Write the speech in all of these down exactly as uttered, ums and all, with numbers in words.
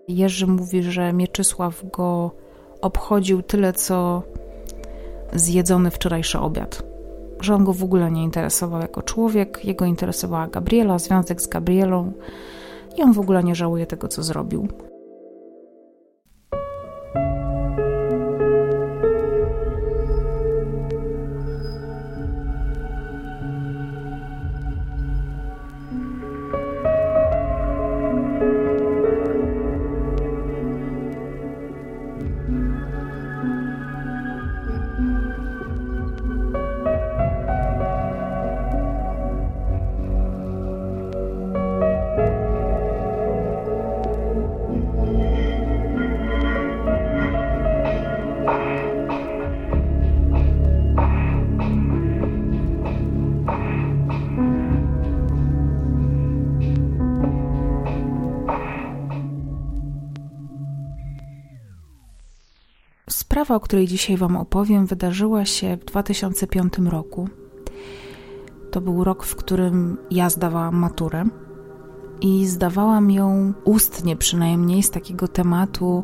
Jerzy mówi, że Mieczysław go obchodził tyle, co zjedzony wczorajszy obiad. Że on go w ogóle nie interesował jako człowiek, jego interesowała Gabriela, związek z Gabrielą i on w ogóle nie żałuje tego, co zrobił. Sprawa, o której dzisiaj Wam opowiem, wydarzyła się w dwa tysiące piątym roku. To był rok, w którym ja zdawałam maturę i zdawałam ją ustnie przynajmniej z takiego tematu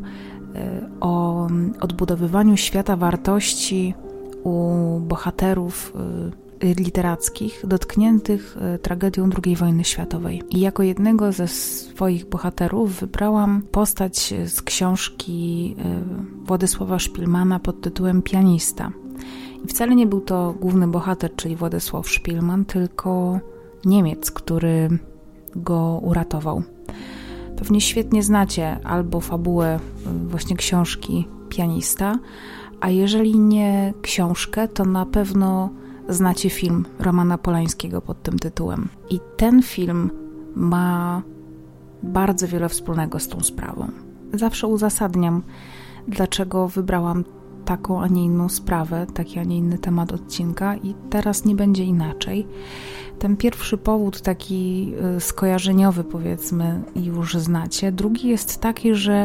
o odbudowywaniu świata wartości u bohaterów literackich dotkniętych tragedią drugiej wojny światowej. I jako jednego ze swoich bohaterów wybrałam postać z książki Władysława Szpilmana pod tytułem Pianista. I wcale nie był to główny bohater, czyli Władysław Szpilman, tylko Niemiec, który go uratował. Pewnie świetnie znacie albo fabułę właśnie książki Pianista, a jeżeli nie książkę, to na pewno znacie film Romana Polańskiego pod tym tytułem. I ten film ma bardzo wiele wspólnego z tą sprawą. Zawsze uzasadniam, dlaczego wybrałam taką, a nie inną sprawę, taki, a nie inny temat odcinka i teraz nie będzie inaczej. Ten pierwszy powód, taki skojarzeniowy powiedzmy, już znacie. Drugi jest taki, że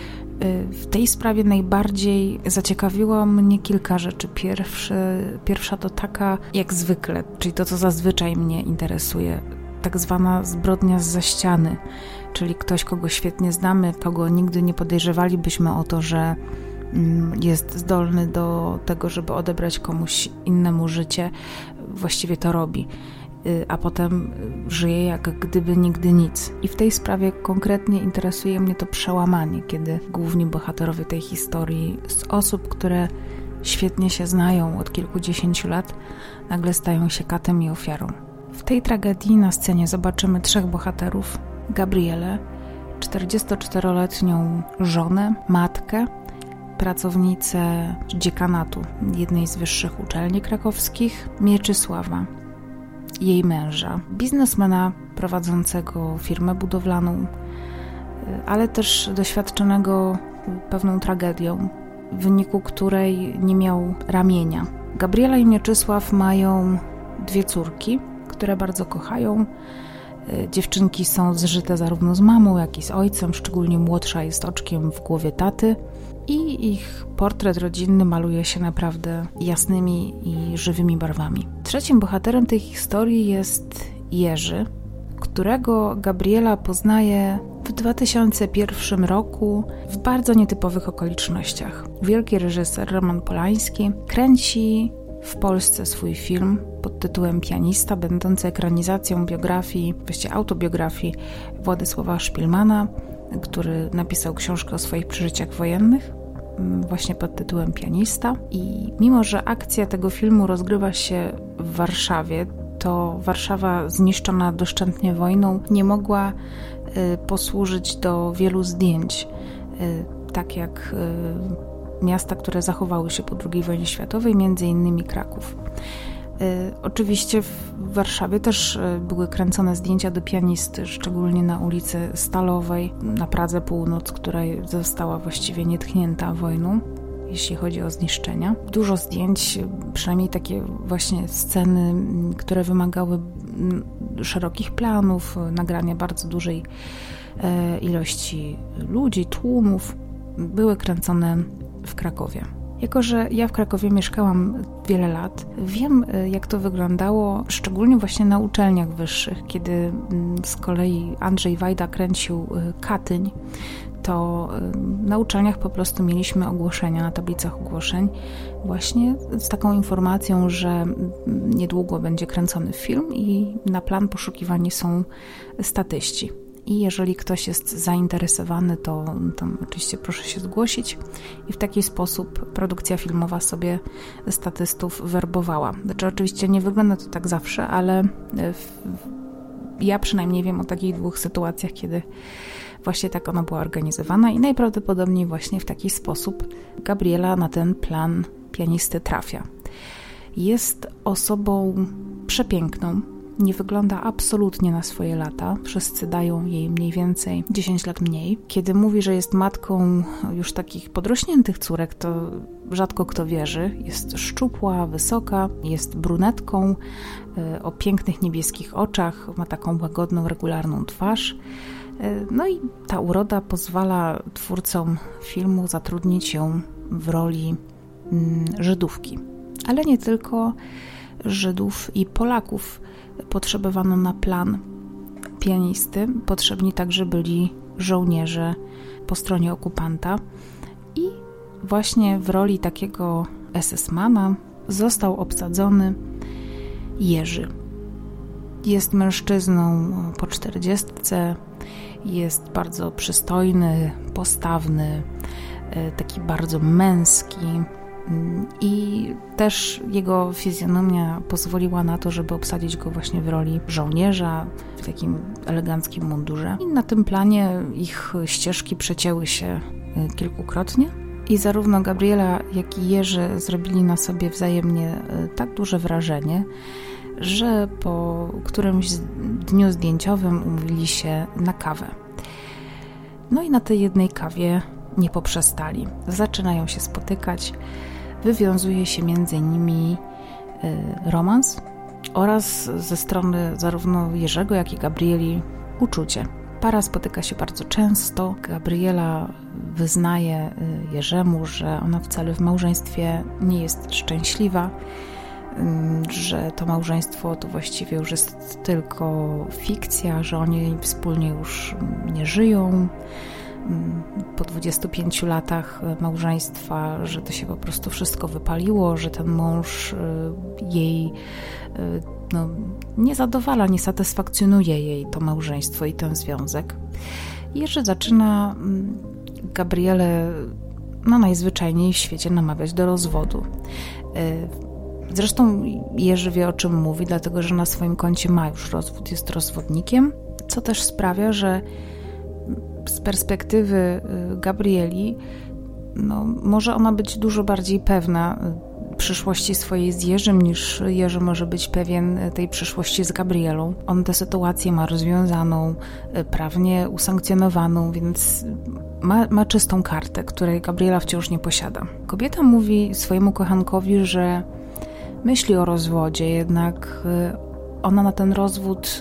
w tej sprawie najbardziej zaciekawiło mnie kilka rzeczy. Pierwszy, pierwsza to taka, jak zwykle, czyli to, co zazwyczaj mnie interesuje, tak zwana zbrodnia zza ściany, czyli ktoś, kogo świetnie znamy, kogo nigdy nie podejrzewalibyśmy o to, że jest zdolny do tego, żeby odebrać komuś innemu życie, właściwie to robi, a potem żyje jak gdyby nigdy nic. I w tej sprawie konkretnie interesuje mnie to przełamanie, kiedy główni bohaterowie tej historii z osób, które świetnie się znają od kilkudziesięciu lat, nagle stają się katem i ofiarą. W tej tragedii na scenie zobaczymy trzech bohaterów: Gabrielę, czterdziestoczteroletnią żonę, matkę, pracownicę dziekanatu jednej z wyższych uczelni krakowskich, Mieczysława, jej męża, biznesmena prowadzącego firmę budowlaną, ale też doświadczonego pewną tragedią, w wyniku której nie miał ramienia. Gabriela i Mieczysław mają dwie córki, które bardzo kochają. Dziewczynki są zżyte zarówno z mamą, jak i z ojcem, szczególnie młodsza jest oczkiem w głowie taty i ich portret rodzinny maluje się naprawdę jasnymi i żywymi barwami. Trzecim bohaterem tej historii jest Jerzy, którego Gabriela poznaje w dwa tysiące pierwszym roku w bardzo nietypowych okolicznościach. Wielki reżyser Roman Polański kręci w Polsce swój film pod tytułem Pianista, będący ekranizacją biografii, właściwie autobiografii Władysława Szpilmana, który napisał książkę o swoich przeżyciach wojennych, właśnie pod tytułem Pianista. I mimo że akcja tego filmu rozgrywa się w Warszawie, to Warszawa zniszczona doszczętnie wojną nie mogła y, posłużyć do wielu zdjęć, y, tak jak y, miasta, które zachowały się po drugiej wojnie światowej, między innymi Kraków. Y, oczywiście w Warszawie też y, były kręcone zdjęcia do Pianisty, szczególnie na ulicy Stalowej, na Pradze Północ, która została właściwie nietknięta wojną, jeśli chodzi o zniszczenia. Dużo zdjęć, przynajmniej takie właśnie sceny, które wymagały szerokich planów, nagrania bardzo dużej y, ilości ludzi, tłumów, były kręcone w Krakowie. Jako że ja w Krakowie mieszkałam wiele lat, wiem, jak to wyglądało, szczególnie właśnie na uczelniach wyższych, kiedy z kolei Andrzej Wajda kręcił Katyń, to na uczelniach po prostu mieliśmy ogłoszenia na tablicach ogłoszeń właśnie z taką informacją, że niedługo będzie kręcony film i na plan poszukiwani są statyści. I jeżeli ktoś jest zainteresowany, to, to oczywiście proszę się zgłosić. I w taki sposób produkcja filmowa sobie statystów werbowała. Znaczy oczywiście nie wygląda to tak zawsze, ale w, ja przynajmniej wiem o takich dwóch sytuacjach, kiedy właśnie tak ona była organizowana i najprawdopodobniej właśnie w taki sposób Gabriela na ten plan pianisty trafia. Jest osobą przepiękną, nie wygląda absolutnie na swoje lata. Wszyscy dają jej mniej więcej dziesięć lat mniej. Kiedy mówi, że jest matką już takich podrośniętych córek, to rzadko kto wierzy. Jest szczupła, wysoka, jest brunetką, o pięknych niebieskich oczach, ma taką łagodną, regularną twarz. No i ta uroda pozwala twórcom filmu zatrudnić ją w roli Żydówki. Ale nie tylko Żydów i Polaków potrzebowano na plan pianisty. Potrzebni także byli żołnierze po stronie okupanta i właśnie w roli takiego esesmana został obsadzony Jerzy. Jest mężczyzną po czterdziestce, jest bardzo przystojny, postawny, taki bardzo męski i też jego fizjonomia pozwoliła na to, żeby obsadzić go właśnie w roli żołnierza w takim eleganckim mundurze. I na tym planie ich ścieżki przecięły się kilkukrotnie i zarówno Gabriela, jak i Jerzy zrobili na sobie wzajemnie tak duże wrażenie, że po którymś dniu zdjęciowym umówili się na kawę. No i na tej jednej kawie nie poprzestali. Zaczynają się spotykać, wywiązuje się między nimi romans oraz ze strony zarówno Jerzego, jak i Gabrieli uczucie. Para spotyka się bardzo często. Gabriela wyznaje Jerzemu, że ona wcale w małżeństwie nie jest szczęśliwa, że to małżeństwo to właściwie już jest tylko fikcja, że oni wspólnie już nie żyją. Po dwudziestu pięciu latach małżeństwa, że to się po prostu wszystko wypaliło, że ten mąż jej no, nie zadowala, nie satysfakcjonuje jej to małżeństwo i ten związek. Jerzy zaczyna Gabrielę no, najzwyczajniej w świecie namawiać do rozwodu. Zresztą Jerzy wie, o czym mówi, dlatego że na swoim koncie ma już rozwód, jest rozwodnikiem, co też sprawia, że z perspektywy Gabrieli no, może ona być dużo bardziej pewna przyszłości swojej z Jerzym, niż Jerzy może być pewien tej przyszłości z Gabrielą. On tę sytuację ma rozwiązaną, prawnie usankcjonowaną, więc ma, ma czystą kartę, której Gabriela wciąż nie posiada. Kobieta mówi swojemu kochankowi, że myśli o rozwodzie, jednak ona na ten rozwód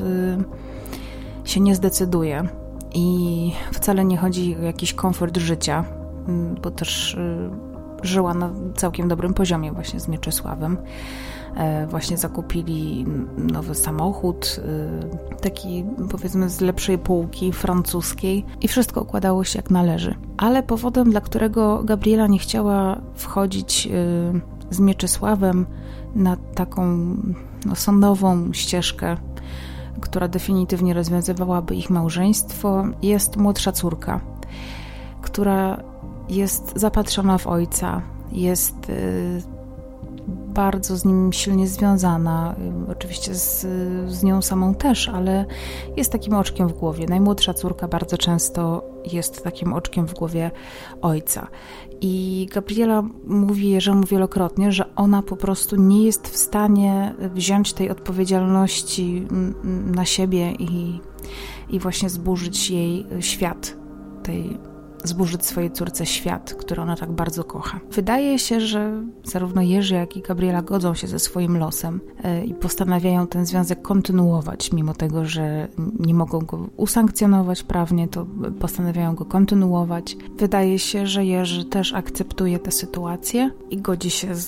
się nie zdecyduje i wcale nie chodzi o jakiś komfort życia, bo też żyła na całkiem dobrym poziomie właśnie z Mieczysławem. Właśnie zakupili nowy samochód, taki powiedzmy z lepszej półki francuskiej i wszystko układało się jak należy. Ale powodem, dla którego Gabriela nie chciała wchodzić z Mieczysławem na taką no, sądową ścieżkę, która definitywnie rozwiązywałaby ich małżeństwo, jest młodsza córka, która jest zapatrzona w ojca, jest y, bardzo z nim silnie związana, y, oczywiście z, z nią samą też, ale jest takim oczkiem w głowie. Najmłodsza córka bardzo często jest takim oczkiem w głowie ojca. I Gabriela mówi Jerzemu wielokrotnie, że ona po prostu nie jest w stanie wziąć tej odpowiedzialności na siebie i, i właśnie zburzyć jej świat, tej, zburzyć swojej córce świat, który ona tak bardzo kocha. Wydaje się, że zarówno Jerzy, jak i Gabriela godzą się ze swoim losem i postanawiają ten związek kontynuować, mimo tego, że nie mogą go usankcjonować prawnie, to postanawiają go kontynuować. Wydaje się, że Jerzy też akceptuje tę sytuację i godzi się z,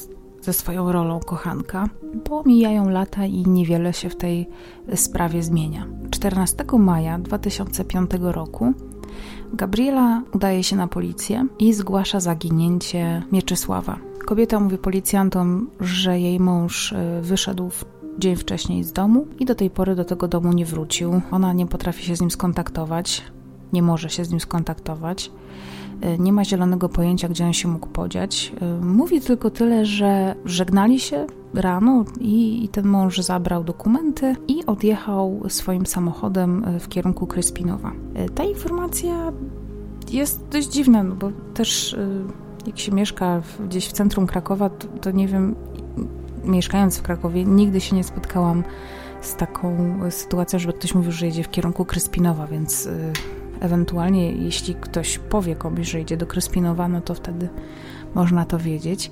ze swoją rolą kochanka, bo mijają lata i niewiele się w tej sprawie zmienia. czternastego maja dwa tysiące piątego roku Gabriela udaje się na policję i zgłasza zaginięcie Mieczysława. Kobieta mówi policjantom, że jej mąż wyszedł w dzień wcześniej z domu i do tej pory do tego domu nie wrócił. Ona nie potrafi się z nim skontaktować, nie może się z nim skontaktować. Nie ma zielonego pojęcia, gdzie on się mógł podziać. Mówi tylko tyle, że żegnali się rano i, i ten mąż zabrał dokumenty i odjechał swoim samochodem w kierunku Kryspinowa. Ta informacja jest dość dziwna, no bo też jak się mieszka gdzieś w centrum Krakowa, to, to nie wiem, mieszkając w Krakowie, nigdy się nie spotkałam z taką sytuacją, żeby ktoś mówił, że jedzie w kierunku Kryspinowa, więc ewentualnie jeśli ktoś powie komuś, że idzie do Kryspinowa, no to wtedy można to wiedzieć.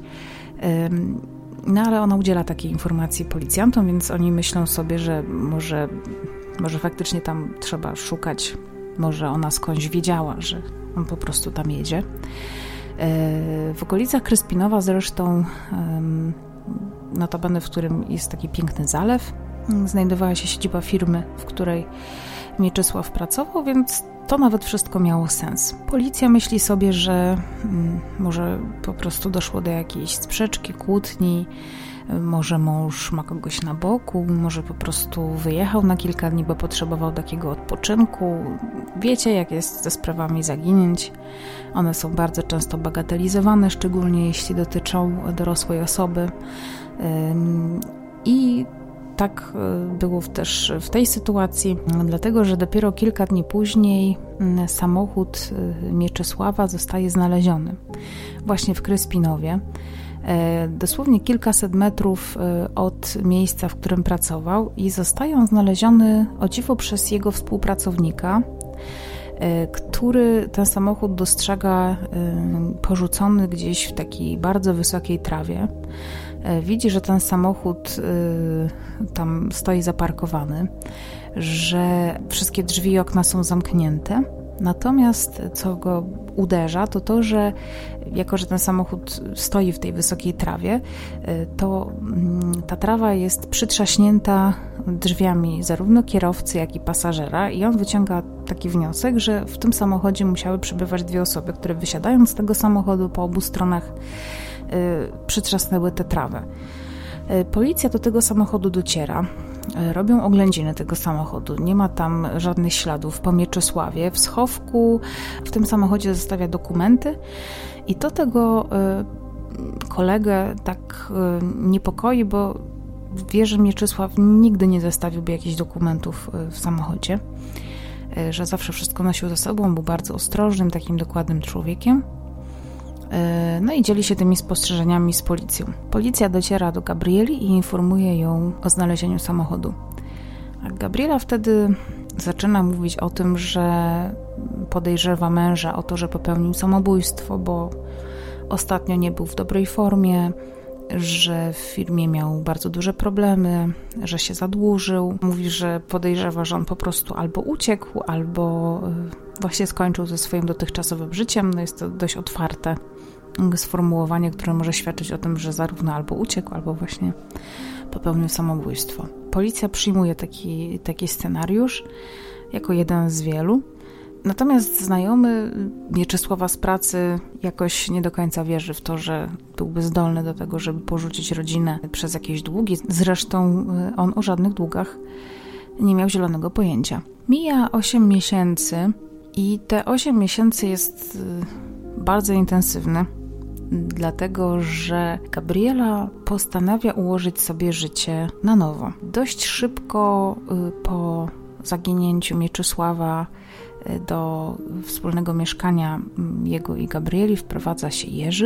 No ale ona udziela takiej informacji policjantom, więc oni myślą sobie, że może, może faktycznie tam trzeba szukać, może ona skądś wiedziała, że on po prostu tam jedzie. W okolicach Kryspinowa zresztą, notabene w którym jest taki piękny zalew, znajdowała się siedziba firmy, w której Mieczysław pracował, więc to nawet wszystko miało sens. Policja myśli sobie, że hmm, może po prostu doszło do jakiejś sprzeczki, kłótni, może mąż ma kogoś na boku, może po prostu wyjechał na kilka dni, bo potrzebował takiego odpoczynku. Wiecie, jak jest ze sprawami zaginięć. One są bardzo często bagatelizowane, szczególnie jeśli dotyczą dorosłej osoby. Ym, I tak było też w tej sytuacji, dlatego że dopiero kilka dni później samochód Mieczysława zostaje znaleziony właśnie w Kryspinowie, dosłownie kilkaset metrów od miejsca, w którym pracował, i zostaje on znaleziony o dziwo przez jego współpracownika, który ten samochód dostrzega porzucony gdzieś w takiej bardzo wysokiej trawie. Widzi, że ten samochód y, tam stoi zaparkowany, że wszystkie drzwi i okna są zamknięte. Natomiast co go uderza, to to, że jako, że ten samochód stoi w tej wysokiej trawie, y, to y, ta trawa jest przytrzaśnięta drzwiami zarówno kierowcy, jak i pasażera, i on wyciąga taki wniosek, że w tym samochodzie musiały przebywać dwie osoby, które wysiadając z tego samochodu po obu stronach przytrzasnęły tę trawę. Policja do tego samochodu dociera, robią oględziny tego samochodu, nie ma tam żadnych śladów po Mieczysławie. W schowku w tym samochodzie zostawia dokumenty i to tego kolegę tak niepokoi, bo wie, że Mieczysław nigdy nie zostawiłby jakichś dokumentów w samochodzie, że zawsze wszystko nosił ze sobą, był bardzo ostrożnym, takim dokładnym człowiekiem. No i dzieli się tymi spostrzeżeniami z policją. Policja dociera do Gabrieli i informuje ją o znalezieniu samochodu. A Gabriela wtedy zaczyna mówić o tym, że podejrzewa męża o to, że popełnił samobójstwo, bo ostatnio nie był w dobrej formie, że w firmie miał bardzo duże problemy, że się zadłużył. Mówi, że podejrzewa, że on po prostu albo uciekł, albo właśnie skończył ze swoim dotychczasowym życiem. No jest to dość otwarte sformułowanie, które może świadczyć o tym, że zarówno albo uciekł, albo właśnie popełnił samobójstwo. Policja przyjmuje taki, taki scenariusz jako jeden z wielu. Natomiast znajomy Mieczysława z pracy jakoś nie do końca wierzy w to, że byłby zdolny do tego, żeby porzucić rodzinę przez jakieś długi. Zresztą on o żadnych długach nie miał zielonego pojęcia. Mija osiem miesięcy i te osiem miesięcy jest bardzo intensywne, dlatego że Gabriela postanawia ułożyć sobie życie na nowo. Dość szybko po zaginięciu Mieczysława do wspólnego mieszkania jego i Gabrieli wprowadza się Jerzy.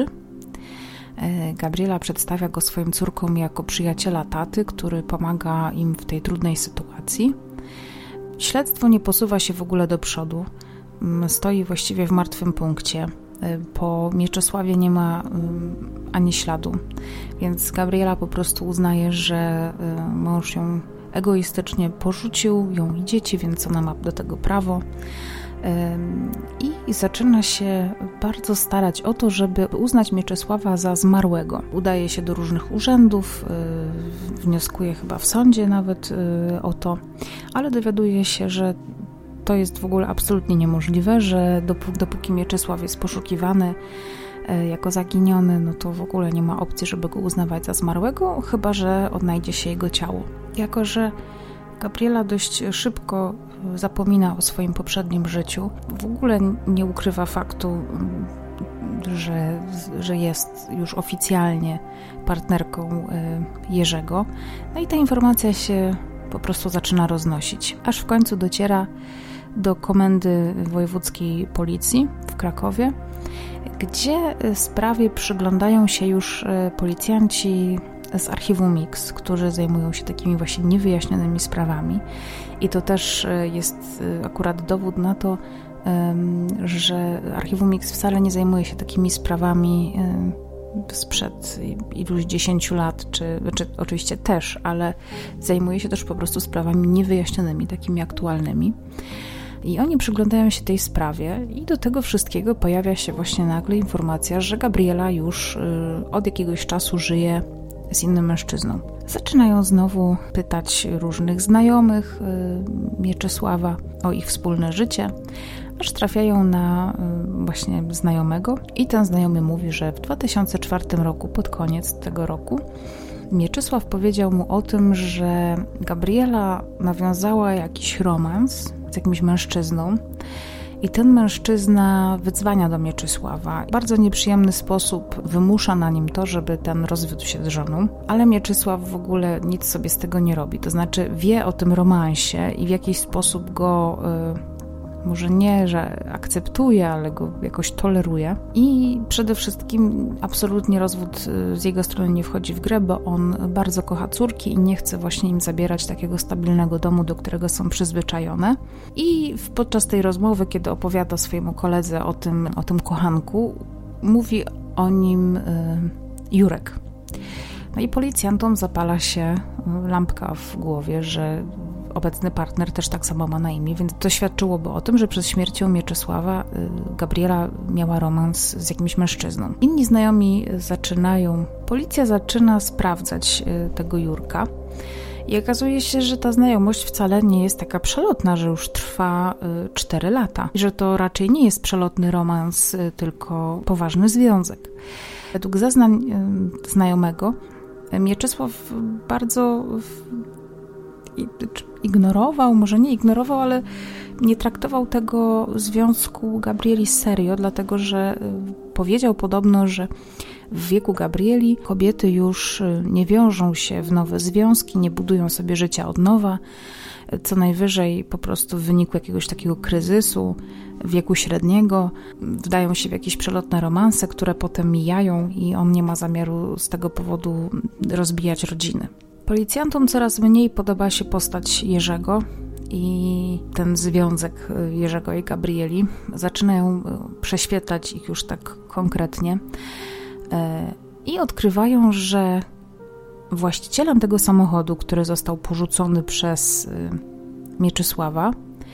Gabriela przedstawia go swoim córkom jako przyjaciela taty, który pomaga im w tej trudnej sytuacji. Śledztwo nie posuwa się w ogóle do przodu. Stoi właściwie w martwym punkcie. Po Mieczysławie nie ma ani śladu, więc Gabriela po prostu uznaje, że mąż ją egoistycznie porzucił, ją i dzieci, więc ona ma do tego prawo. i zaczyna się bardzo starać o to, żeby uznać Mieczysława za zmarłego. Udaje się do różnych urzędów, wnioskuje chyba w sądzie nawet o to, ale dowiaduje się, że to jest w ogóle absolutnie niemożliwe, że dopóki Mieczysław jest poszukiwany jako zaginiony, no to w ogóle nie ma opcji, żeby go uznawać za zmarłego, chyba że odnajdzie się jego ciało. Jako że Gabriela dość szybko zapomina o swoim poprzednim życiu, w ogóle nie ukrywa faktu, że, że jest już oficjalnie partnerką Jerzego. No i ta informacja się po prostu zaczyna roznosić, aż w końcu dociera do Komendy Wojewódzkiej Policji w Krakowie, gdzie sprawie przyglądają się już policjanci z archiwum X, którzy zajmują się takimi właśnie niewyjaśnionymi sprawami. I to też jest akurat dowód na to, że archiwum X wcale nie zajmuje się takimi sprawami sprzed iluś dziesięciu lat, czy, czy oczywiście też, ale zajmuje się też po prostu sprawami niewyjaśnionymi, takimi aktualnymi. I oni przyglądają się tej sprawie i do tego wszystkiego pojawia się właśnie nagle informacja, że Gabriela już od jakiegoś czasu żyje z innym mężczyzną. Zaczynają znowu pytać różnych znajomych Mieczysława o ich wspólne życie, aż trafiają na właśnie znajomego i ten znajomy mówi, że w dwa tysiące czwartym roku, pod koniec tego roku, Mieczysław powiedział mu o tym, że Gabriela nawiązała jakiś romans z jakimś mężczyzną i ten mężczyzna wydzwania do Mieczysława. W bardzo nieprzyjemny sposób wymusza na nim to, żeby ten rozwiódł się z żoną, ale Mieczysław w ogóle nic sobie z tego nie robi. To znaczy wie o tym romansie i w jakiś sposób go y, może nie, że akceptuje, ale go jakoś toleruje. I przede wszystkim absolutnie rozwód z jego strony nie wchodzi w grę, bo on bardzo kocha córki i nie chce właśnie im zabierać takiego stabilnego domu, do którego są przyzwyczajone. I podczas tej rozmowy, kiedy opowiada swojemu koledze o tym, o tym kochanku, mówi o nim Jurek. No i policjantom zapala się lampka w głowie, że obecny partner też tak samo ma na imię, więc to świadczyłoby o tym, że przed śmiercią Mieczysława Gabriela miała romans z jakimś mężczyzną. Inni znajomi zaczynają, policja zaczyna sprawdzać tego Jurka i okazuje się, że ta znajomość wcale nie jest taka przelotna, że już trwa cztery lata i że to raczej nie jest przelotny romans, tylko poważny związek. Według zeznań znajomego Mieczysław bardzo ignorował, może nie ignorował, ale nie traktował tego związku Gabrieli serio, dlatego że powiedział podobno, że w wieku Gabrieli kobiety już nie wiążą się w nowe związki, nie budują sobie życia od nowa, co najwyżej po prostu w wyniku jakiegoś takiego kryzysu wieku średniego wdają się w jakieś przelotne romanse, które potem mijają i on nie ma zamiaru z tego powodu rozbijać rodziny. Policjantom coraz mniej podoba się postać Jerzego i ten związek Jerzego i Gabrieli. Zaczynają prześwietlać ich już tak konkretnie i odkrywają, że właścicielem tego samochodu, który został porzucony przez Mieczysława,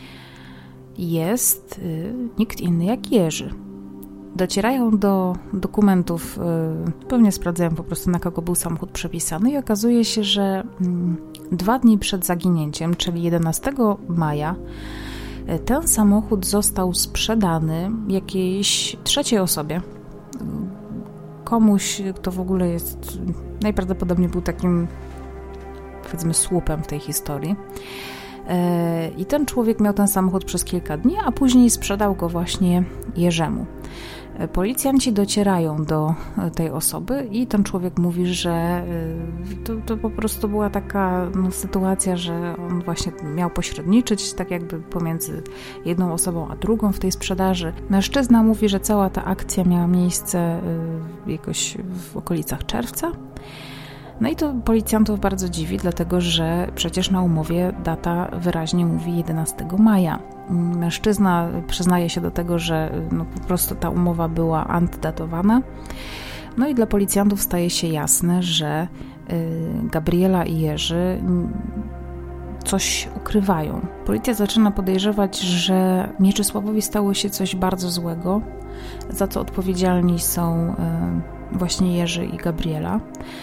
jest nikt inny jak Jerzy. Docierają do dokumentów, pewnie sprawdzają po prostu, na kogo był samochód przepisany i okazuje się, że dwa dni przed zaginięciem, czyli jedenastego maja, ten samochód został sprzedany jakiejś trzeciej osobie. Komuś, kto w ogóle jest, najprawdopodobniej był takim, powiedzmy, słupem w tej historii. I ten człowiek miał ten samochód przez kilka dni, a później sprzedał go właśnie Jerzemu. Policjanci docierają do tej osoby i ten człowiek mówi, że to, to po prostu była taka no, sytuacja, że on właśnie miał pośredniczyć tak jakby pomiędzy jedną osobą a drugą w tej sprzedaży. Mężczyzna mówi, że cała ta akcja miała miejsce jakoś w okolicach czerwca. No i to policjantów bardzo dziwi, dlatego że przecież na umowie data wyraźnie mówi jedenastego maja. Mężczyzna przyznaje się do tego, że no po prostu ta umowa była antydatowana. No i dla policjantów staje się jasne, że Gabriela i Jerzy coś ukrywają. Policja zaczyna podejrzewać, że Mieczysławowi stało się coś bardzo złego, za co odpowiedzialni są właśnie Jerzy i Gabriela.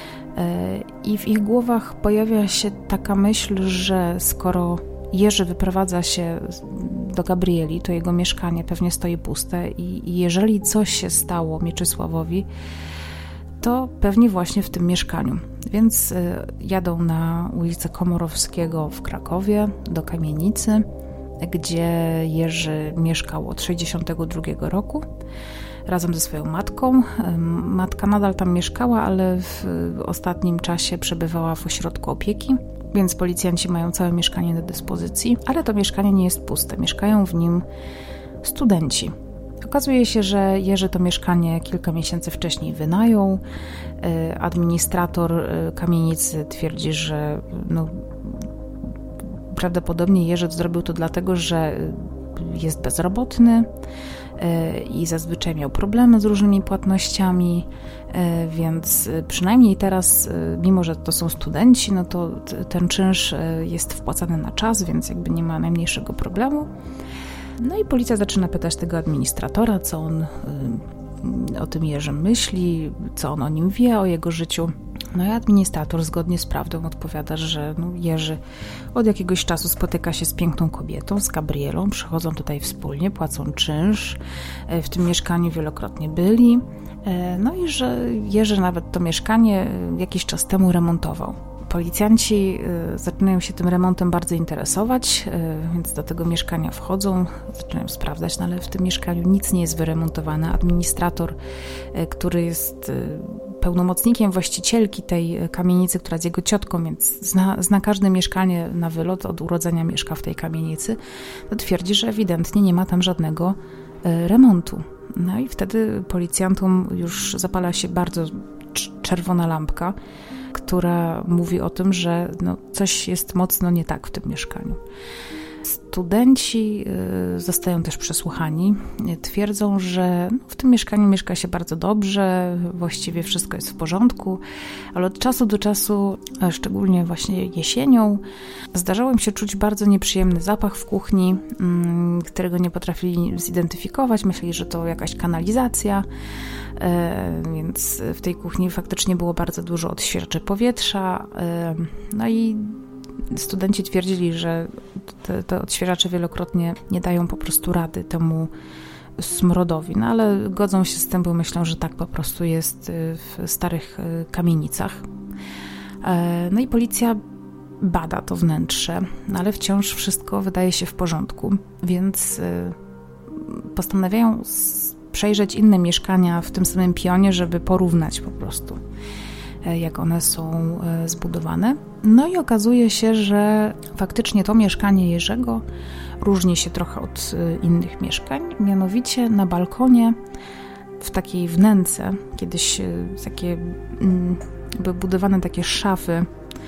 I w ich głowach pojawia się taka myśl, że skoro Jerzy wyprowadza się do Gabrieli, to jego mieszkanie pewnie stoi puste i jeżeli coś się stało Mieczysławowi, to pewnie właśnie w tym mieszkaniu. Więc jadą na ulicę Komorowskiego w Krakowie do kamienicy, gdzie Jerzy mieszkał od sześćdziesiątego drugiego roku razem ze swoją matką. Matka nadal tam mieszkała, ale w ostatnim czasie przebywała w ośrodku opieki, więc policjanci mają całe mieszkanie do dyspozycji, ale to mieszkanie nie jest puste. Mieszkają w nim studenci. Okazuje się, że Jerzy to mieszkanie kilka miesięcy wcześniej wynajął. Administrator kamienicy twierdzi, że no, prawdopodobnie Jerzy zrobił to dlatego, że jest bezrobotny i zazwyczaj miał problemy z różnymi płatnościami, więc przynajmniej teraz, mimo że to są studenci, no to ten czynsz jest wpłacany na czas, więc jakby nie ma najmniejszego problemu. No i policja zaczyna pytać tego administratora, co on o tym Jerzym myśli, co on o nim wie, o jego życiu. No i administrator zgodnie z prawdą odpowiada, że no Jerzy od jakiegoś czasu spotyka się z piękną kobietą, z Gabrielą, przychodzą tutaj wspólnie, płacą czynsz, w tym mieszkaniu wielokrotnie byli, no i że Jerzy nawet to mieszkanie jakiś czas temu remontował. Policjanci zaczynają się tym remontem bardzo interesować, więc do tego mieszkania wchodzą, zaczynają sprawdzać, no ale w tym mieszkaniu nic nie jest wyremontowane. Administrator, który jest pełnomocnikiem właścicielki tej kamienicy, która jest jego ciotką, więc zna, zna każde mieszkanie na wylot, od urodzenia mieszka w tej kamienicy, to twierdzi, że ewidentnie nie ma tam żadnego remontu. No i wtedy policjantom już zapala się bardzo czerwona lampka, która mówi o tym, że no, coś jest mocno nie tak w tym mieszkaniu. Studenci zostają też przesłuchani. Twierdzą, że w tym mieszkaniu mieszka się bardzo dobrze, właściwie wszystko jest w porządku, ale od czasu do czasu, szczególnie właśnie jesienią, zdarzało im się czuć bardzo nieprzyjemny zapach w kuchni, którego nie potrafili zidentyfikować. Myśleli, że to jakaś kanalizacja, więc w tej kuchni faktycznie było bardzo dużo odświeżaczy powietrza. No i studenci twierdzili, że te, te odświeżacze wielokrotnie nie dają po prostu rady temu smrodowi, no ale godzą się z tym, bo myślą, że tak po prostu jest w starych kamienicach. No i policja bada to wnętrze, no ale wciąż wszystko wydaje się w porządku, więc postanawiają przejrzeć inne mieszkania w tym samym pionie, żeby porównać po prostu, jak one są zbudowane. No i okazuje się, że faktycznie to mieszkanie Jerzego różni się trochę od innych mieszkań. Mianowicie na balkonie, w takiej wnęce, kiedyś takie były budowane takie szafy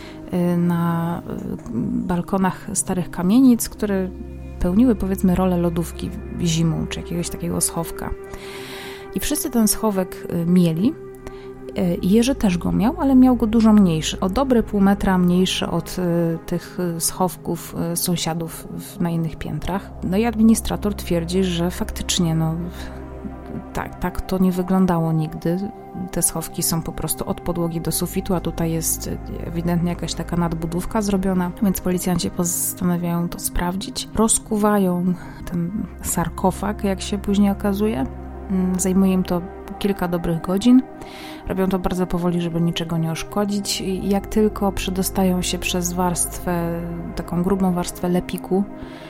na balkonach starych kamienic, które pełniły powiedzmy rolę lodówki zimą, czy jakiegoś takiego schowka. I wszyscy ten schowek mieli. Jerzy też go miał, ale miał go dużo mniejszy, o dobre pół metra mniejszy od y, tych schowków y, sąsiadów w, na innych piętrach. No i administrator twierdzi, że faktycznie no, tak, tak to nie wyglądało nigdy. Te schowki są po prostu od podłogi do sufitu, a tutaj jest ewidentnie jakaś taka nadbudówka zrobiona, więc policjanci postanawiają to sprawdzić. Rozkuwają ten sarkofag, jak się później okazuje. Zajmuje im to kilka dobrych godzin. Robią to bardzo powoli, żeby niczego nie uszkodzić. I jak tylko przedostają się przez warstwę, taką grubą warstwę lepiku,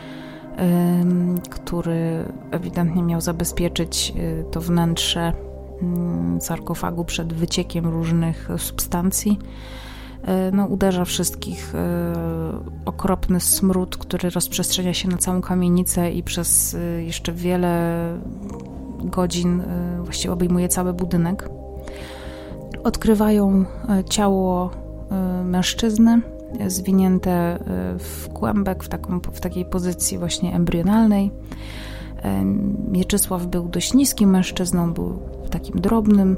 ym, który ewidentnie miał zabezpieczyć y, to wnętrze y, sarkofagu przed wyciekiem różnych substancji, y, no, uderza wszystkich y, okropny smród, który rozprzestrzenia się na całą kamienicę i przez y, jeszcze wiele godzin właściwie obejmuje cały budynek. Odkrywają ciało mężczyzny zwinięte w kłębek, w, taką, w takiej pozycji właśnie embrionalnej. Mieczysław był dość niskim mężczyzną, był takim drobnym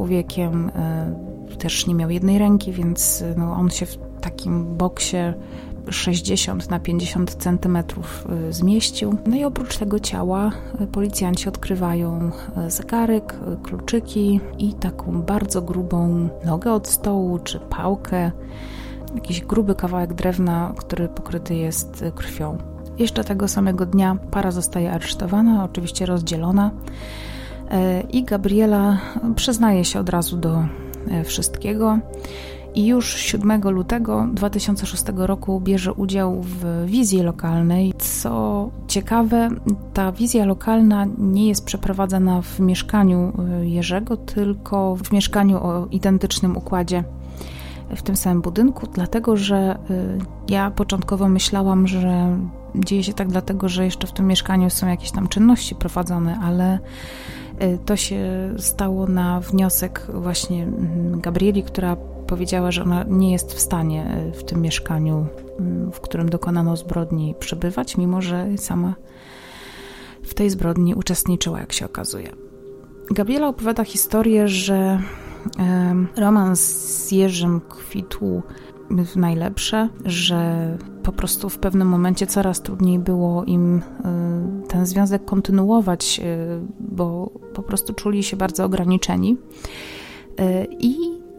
człowiekiem, też nie miał jednej ręki, więc no, on się w takim boksie sześćdziesiąt na pięćdziesiąt centymetrów zmieścił. No i oprócz tego ciała policjanci odkrywają zegarek, kluczyki i taką bardzo grubą nogę od stołu czy pałkę, jakiś gruby kawałek drewna, który pokryty jest krwią. Jeszcze tego samego dnia para zostaje aresztowana, oczywiście rozdzielona i Gabriela przyznaje się od razu do wszystkiego i już siódmego lutego dwa tysiące szóstego roku bierze udział w wizji lokalnej. Co ciekawe, ta wizja lokalna nie jest przeprowadzana w mieszkaniu Jerzego, tylko w mieszkaniu o identycznym układzie w tym samym budynku, dlatego że ja początkowo myślałam, że dzieje się tak dlatego, że jeszcze w tym mieszkaniu są jakieś tam czynności prowadzone, ale to się stało na wniosek właśnie Gabrieli, która powiedziała, że ona nie jest w stanie w tym mieszkaniu, w którym dokonano zbrodni, przebywać, mimo że sama w tej zbrodni uczestniczyła, jak się okazuje. Gabriela opowiada historię, że romans z Jerzym kwitł w najlepsze, że po prostu w pewnym momencie coraz trudniej było im ten związek kontynuować, bo po prostu czuli się bardzo ograniczeni i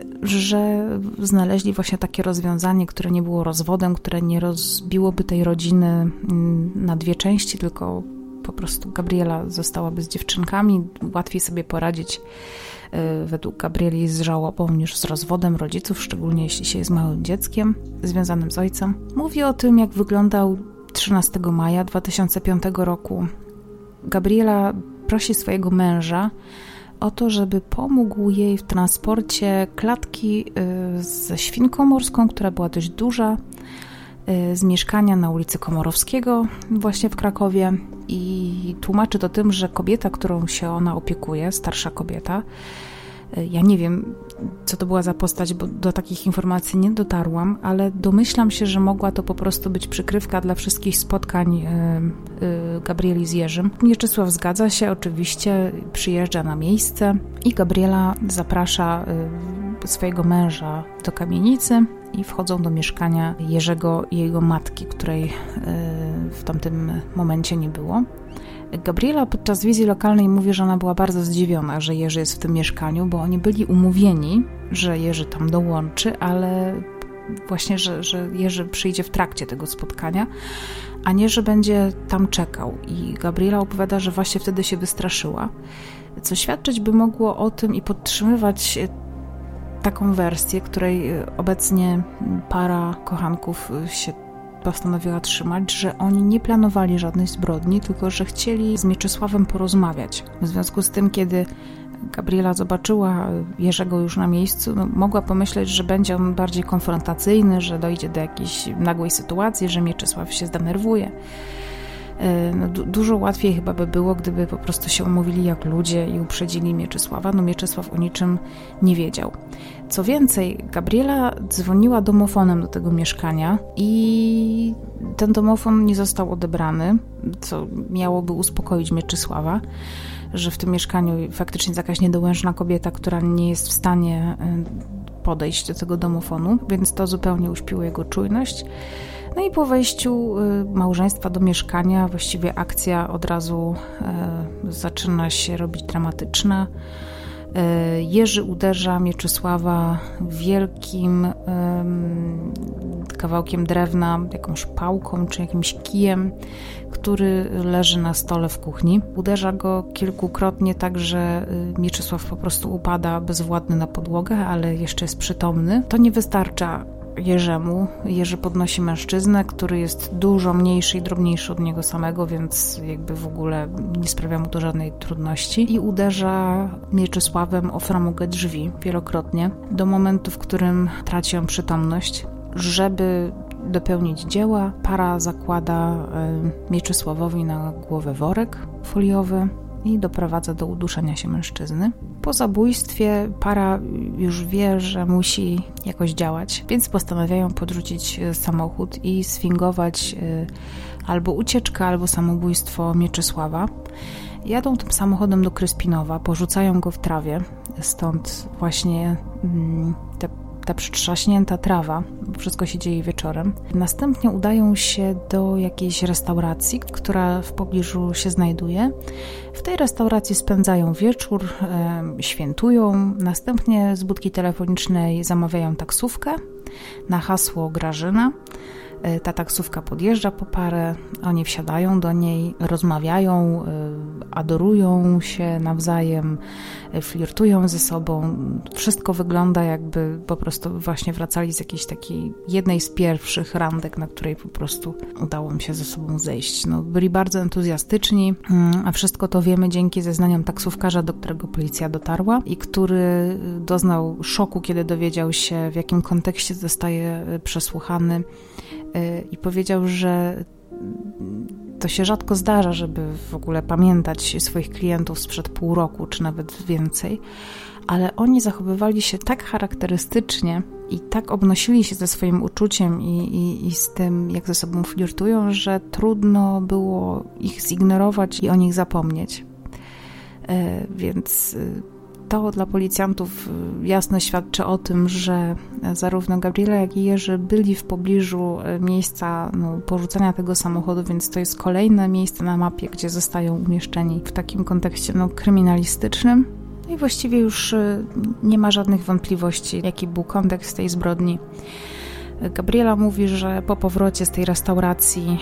że znaleźli właśnie takie rozwiązanie, które nie było rozwodem, które nie rozbiłoby tej rodziny na dwie części, tylko po prostu Gabriela zostałaby z dziewczynkami, łatwiej sobie poradzić według Gabrieli z żałobą niż z rozwodem rodziców, szczególnie jeśli się jest małym dzieckiem związanym z ojcem. Mówi o tym, jak wyglądał trzynastego maja dwa tysiące piątego roku. Gabriela prosi swojego męża o to, żeby pomógł jej w transporcie klatki ze świnką morską, która była dość duża, z mieszkania na ulicy Komorowskiego właśnie w Krakowie i tłumaczy to tym, że kobieta, którą się ona opiekuje, starsza kobieta, ja nie wiem, co to była za postać, bo do takich informacji nie dotarłam, ale domyślam się, że mogła to po prostu być przykrywka dla wszystkich spotkań Gabrieli z Jerzym. Mieczysław zgadza się, oczywiście przyjeżdża na miejsce i Gabriela zaprasza swojego męża do kamienicy i wchodzą do mieszkania Jerzego i jego matki, której w tamtym momencie nie było. Gabriela podczas wizji lokalnej mówi, że ona była bardzo zdziwiona, że Jerzy jest w tym mieszkaniu, bo oni byli umówieni, że Jerzy tam dołączy, ale właśnie, że, że Jerzy przyjdzie w trakcie tego spotkania, a nie, że będzie tam czekał. I Gabriela opowiada, że właśnie wtedy się wystraszyła, co świadczyć by mogło o tym i podtrzymywać taką wersję, której obecnie para kochanków się postanowiła trzymać, że oni nie planowali żadnej zbrodni, tylko że chcieli z Mieczysławem porozmawiać. W związku z tym, kiedy Gabriela zobaczyła Jerzego już na miejscu, no, mogła pomyśleć, że będzie on bardziej konfrontacyjny, że dojdzie do jakiejś nagłej sytuacji, że Mieczysław się zdenerwuje. No, du- dużo łatwiej chyba by było, gdyby po prostu się umówili jak ludzie i uprzedzili Mieczysława. No Mieczysław o niczym nie wiedział. Co więcej, Gabriela dzwoniła domofonem do tego mieszkania i ten domofon nie został odebrany, co miałoby uspokoić Mieczysława, że w tym mieszkaniu faktycznie jest jakaś niedołężna kobieta, która nie jest w stanie podejść do tego domofonu, więc to zupełnie uśpiło jego czujność. No i po wejściu małżeństwa do mieszkania właściwie akcja od razu zaczyna się robić dramatyczna. Jerzy uderza Mieczysława wielkim kawałkiem drewna, jakąś pałką czy jakimś kijem, który leży na stole w kuchni. Uderza go kilkukrotnie tak, że Mieczysław po prostu upada bezwładny na podłogę, ale jeszcze jest przytomny. To nie wystarcza Jerzemu. Jerzy podnosi mężczyznę, który jest dużo mniejszy i drobniejszy od niego samego, więc jakby w ogóle nie sprawia mu to żadnej trudności i uderza Mieczysławem o framugę drzwi wielokrotnie do momentu, w którym traci on przytomność. Żeby dopełnić dzieła, para zakłada Mieczysławowi na głowę worek foliowy i doprowadza do uduszenia się mężczyzny. Po zabójstwie para już wie, że musi jakoś działać, więc postanawiają podrzucić samochód i sfingować albo ucieczkę, albo samobójstwo Mieczysława. Jadą tym samochodem do Kryspinowa, porzucają go w trawie, stąd właśnie te ta przytrzaśnięta trawa, wszystko się dzieje wieczorem. Następnie udają się do jakiejś restauracji, która w pobliżu się znajduje. W tej restauracji spędzają wieczór, e, świętują, następnie z budki telefonicznej zamawiają taksówkę na hasło Grażyna. Ta taksówka podjeżdża po parę, oni wsiadają do niej, rozmawiają, adorują się nawzajem, flirtują ze sobą. Wszystko wygląda, jakby po prostu właśnie wracali z jakiejś takiej jednej z pierwszych randek, na której po prostu udało im się ze sobą zejść. No, byli bardzo entuzjastyczni, a wszystko to wiemy dzięki zeznaniom taksówkarza, do którego policja dotarła i który doznał szoku, kiedy dowiedział się, w jakim kontekście zostaje przesłuchany. I powiedział, że to się rzadko zdarza, żeby w ogóle pamiętać swoich klientów sprzed pół roku, czy nawet więcej, ale oni zachowywali się tak charakterystycznie i tak obnosili się ze swoim uczuciem i, i, i z tym, jak ze sobą flirtują, że trudno było ich zignorować i o nich zapomnieć. E, więc to dla policjantów jasno świadczy o tym, że zarówno Gabriela, jak i Jerzy byli w pobliżu miejsca no, porzucenia tego samochodu, więc to jest kolejne miejsce na mapie, gdzie zostają umieszczeni w takim kontekście no, kryminalistycznym. I właściwie już nie ma żadnych wątpliwości, jaki był kontekst tej zbrodni. Gabriela mówi, że po powrocie z tej restauracji